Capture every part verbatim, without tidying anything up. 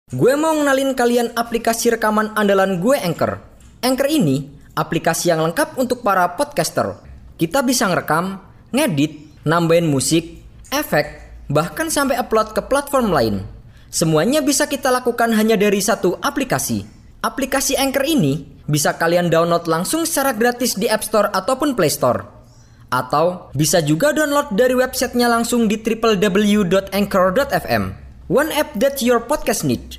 Gue mau ngenalin kalian aplikasi rekaman andalan gue, Anchor. Anchor ini aplikasi yang lengkap untuk para podcaster. Kita bisa ngerekam, ngedit, nambahin musik, efek, bahkan sampai upload ke platform lain. Semuanya bisa kita lakukan hanya dari satu aplikasi. Aplikasi Anchor ini bisa kalian download langsung secara gratis di App Store ataupun Play Store. Atau bisa juga download dari websitenya langsung di w w w dot anchor dot f m. One app that your podcast need.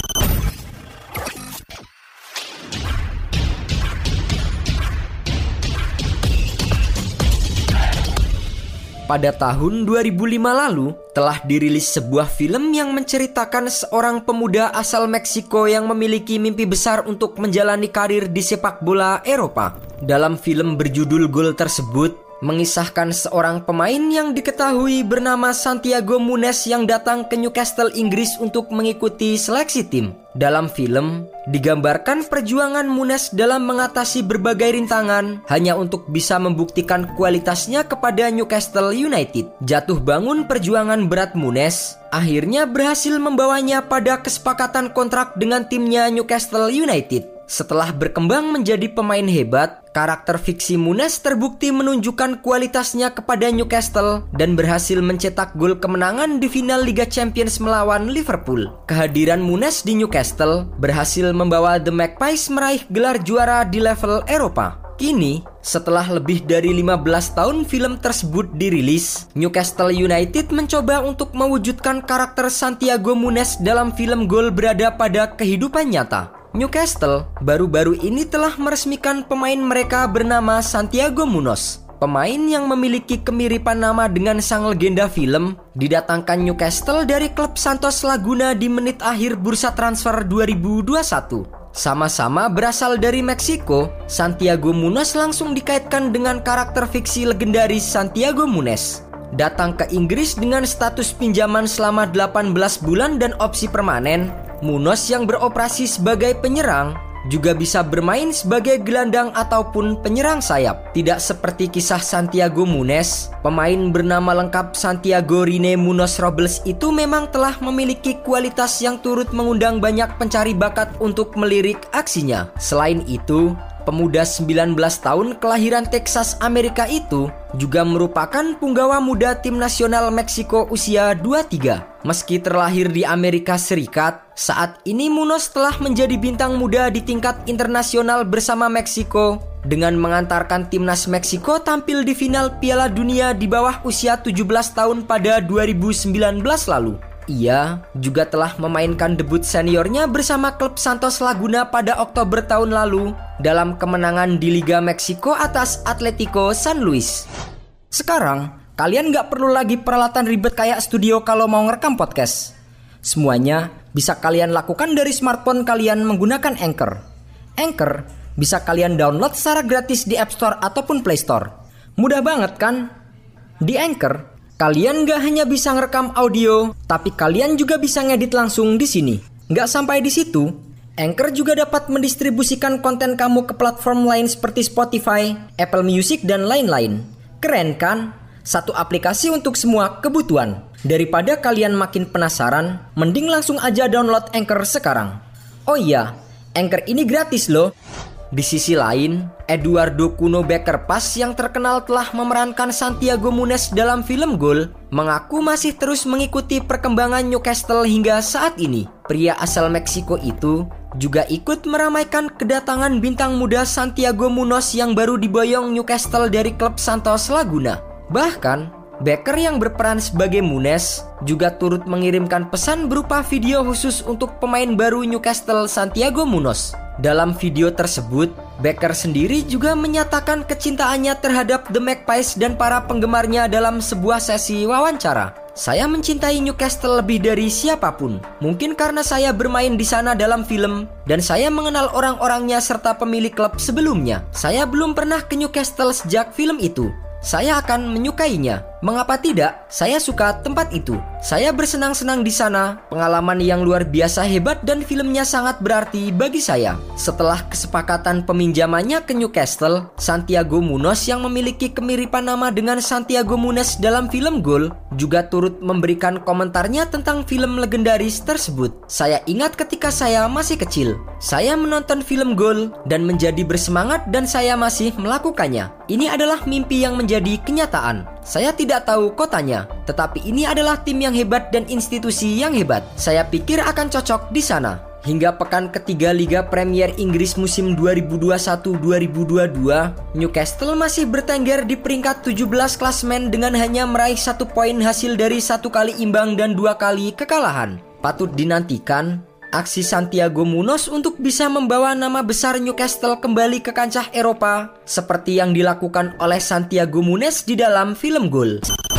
Pada tahun dua ribu lima lalu, telah dirilis sebuah film yang menceritakan seorang pemuda asal Meksiko yang memiliki mimpi besar untuk menjalani karir di sepak bola Eropa. Dalam film berjudul Gol tersebut, mengisahkan seorang pemain yang diketahui bernama Santiago Munez yang datang ke Newcastle, Inggris untuk mengikuti seleksi tim. Dalam film, digambarkan perjuangan Munez dalam mengatasi berbagai rintangan hanya untuk bisa membuktikan kualitasnya kepada Newcastle United. Jatuh bangun perjuangan berat Munez akhirnya berhasil membawanya pada kesepakatan kontrak dengan timnya Newcastle United. Setelah berkembang menjadi pemain hebat, karakter fiksi Munez terbukti menunjukkan kualitasnya kepada Newcastle dan berhasil mencetak gol kemenangan di final Liga Champions melawan Liverpool. Kehadiran Munez di Newcastle berhasil membawa The Magpies meraih gelar juara di level Eropa. Kini, setelah lebih dari lima belas tahun film tersebut dirilis, Newcastle United mencoba untuk mewujudkan karakter Santiago Munez dalam film Gol berada pada kehidupan nyata. Newcastle baru-baru ini telah meresmikan pemain mereka bernama Santiago Munoz. Pemain yang memiliki kemiripan nama dengan sang legenda film didatangkan Newcastle dari klub Santos Laguna di menit akhir bursa transfer dua ribu dua puluh satu. Sama-sama berasal dari Meksiko, Santiago Munoz langsung dikaitkan dengan karakter fiksi legendaris Santiago Munez. Datang ke Inggris dengan status pinjaman selama delapan belas bulan dan opsi permanen, Munoz yang beroperasi sebagai penyerang juga bisa bermain sebagai gelandang ataupun penyerang sayap. Tidak seperti kisah Santiago Munez, pemain bernama lengkap Santiago Rene Munoz Robles itu memang telah memiliki kualitas yang turut mengundang banyak pencari bakat untuk melirik aksinya. Selain itu, pemuda sembilan belas tahun kelahiran Texas, Amerika itu juga merupakan punggawa muda tim nasional Meksiko usia dua puluh tiga. Meski terlahir di Amerika Serikat, saat ini Munoz telah menjadi bintang muda di tingkat internasional bersama Meksiko dengan mengantarkan timnas Meksiko tampil di final Piala Dunia di bawah usia tujuh belas tahun pada dua ribu sembilan belas lalu. Ia juga telah memainkan debut seniornya bersama klub Santos Laguna pada Oktober tahun lalu dalam kemenangan di Liga Meksiko atas Atletico San Luis. Sekarang, kalian gak perlu lagi peralatan ribet kayak studio kalau mau ngerekam podcast. Semuanya bisa kalian lakukan dari smartphone kalian menggunakan Anchor. Anchor bisa kalian download secara gratis di App Store ataupun Play Store. Mudah banget kan? Di Anchor, kalian gak hanya bisa ngerekam audio, tapi kalian juga bisa ngedit langsung di sini. Gak sampai di situ, Anchor juga dapat mendistribusikan konten kamu ke platform lain seperti Spotify, Apple Music, dan lain-lain. Keren kan? Satu aplikasi untuk semua kebutuhan. Daripada kalian makin penasaran, mending langsung aja download Anchor sekarang. Oh iya, Anchor ini gratis loh. Di sisi lain, Eduardo Kuno Bekerpas yang terkenal telah memerankan Santiago Munez dalam film Gol mengaku masih terus mengikuti perkembangan Newcastle hingga saat ini. Pria asal Meksiko itu juga ikut meramaikan kedatangan bintang muda Santiago Munoz yang baru diboyong Newcastle dari klub Santos Laguna. Bahkan, Becker yang berperan sebagai Munez juga turut mengirimkan pesan berupa video khusus untuk pemain baru Newcastle, Santiago Munoz. Dalam video tersebut, Becker sendiri juga menyatakan kecintaannya terhadap The Magpies dan para penggemarnya dalam sebuah sesi wawancara. Saya mencintai Newcastle lebih dari siapapun. Mungkin karena saya bermain di sana dalam film dan saya mengenal orang-orangnya serta pemilik klub sebelumnya. Saya belum pernah ke Newcastle sejak film itu. Saya akan menyukainya. Mengapa tidak? Saya suka tempat itu. Saya bersenang-senang di sana. Pengalaman yang luar biasa hebat dan filmnya sangat berarti bagi saya. Setelah kesepakatan peminjamannya ke Newcastle, Santiago Munoz yang memiliki kemiripan nama dengan Santiago Munez dalam film Goal juga turut memberikan komentarnya tentang film legendaris tersebut. Saya ingat ketika saya masih kecil, saya menonton film Goal dan menjadi bersemangat dan saya masih melakukannya. Ini adalah mimpi yang menjadi kenyataan. Saya tidak tahu kotanya, tetapi ini adalah tim yang hebat dan institusi yang hebat. Saya pikir akan cocok di sana. Hingga pekan ketiga Liga Premier Inggris musim dua ribu dua puluh satu dua ribu dua puluh dua, Newcastle masih bertengger di peringkat tujuh belas klasemen dengan hanya meraih satu poin hasil dari satu kali imbang dan dua kali kekalahan. Patut dinantikan aksi Santiago Munoz untuk bisa membawa nama besar Newcastle kembali ke kancah Eropa seperti yang dilakukan oleh Santiago Munez di dalam film Goal.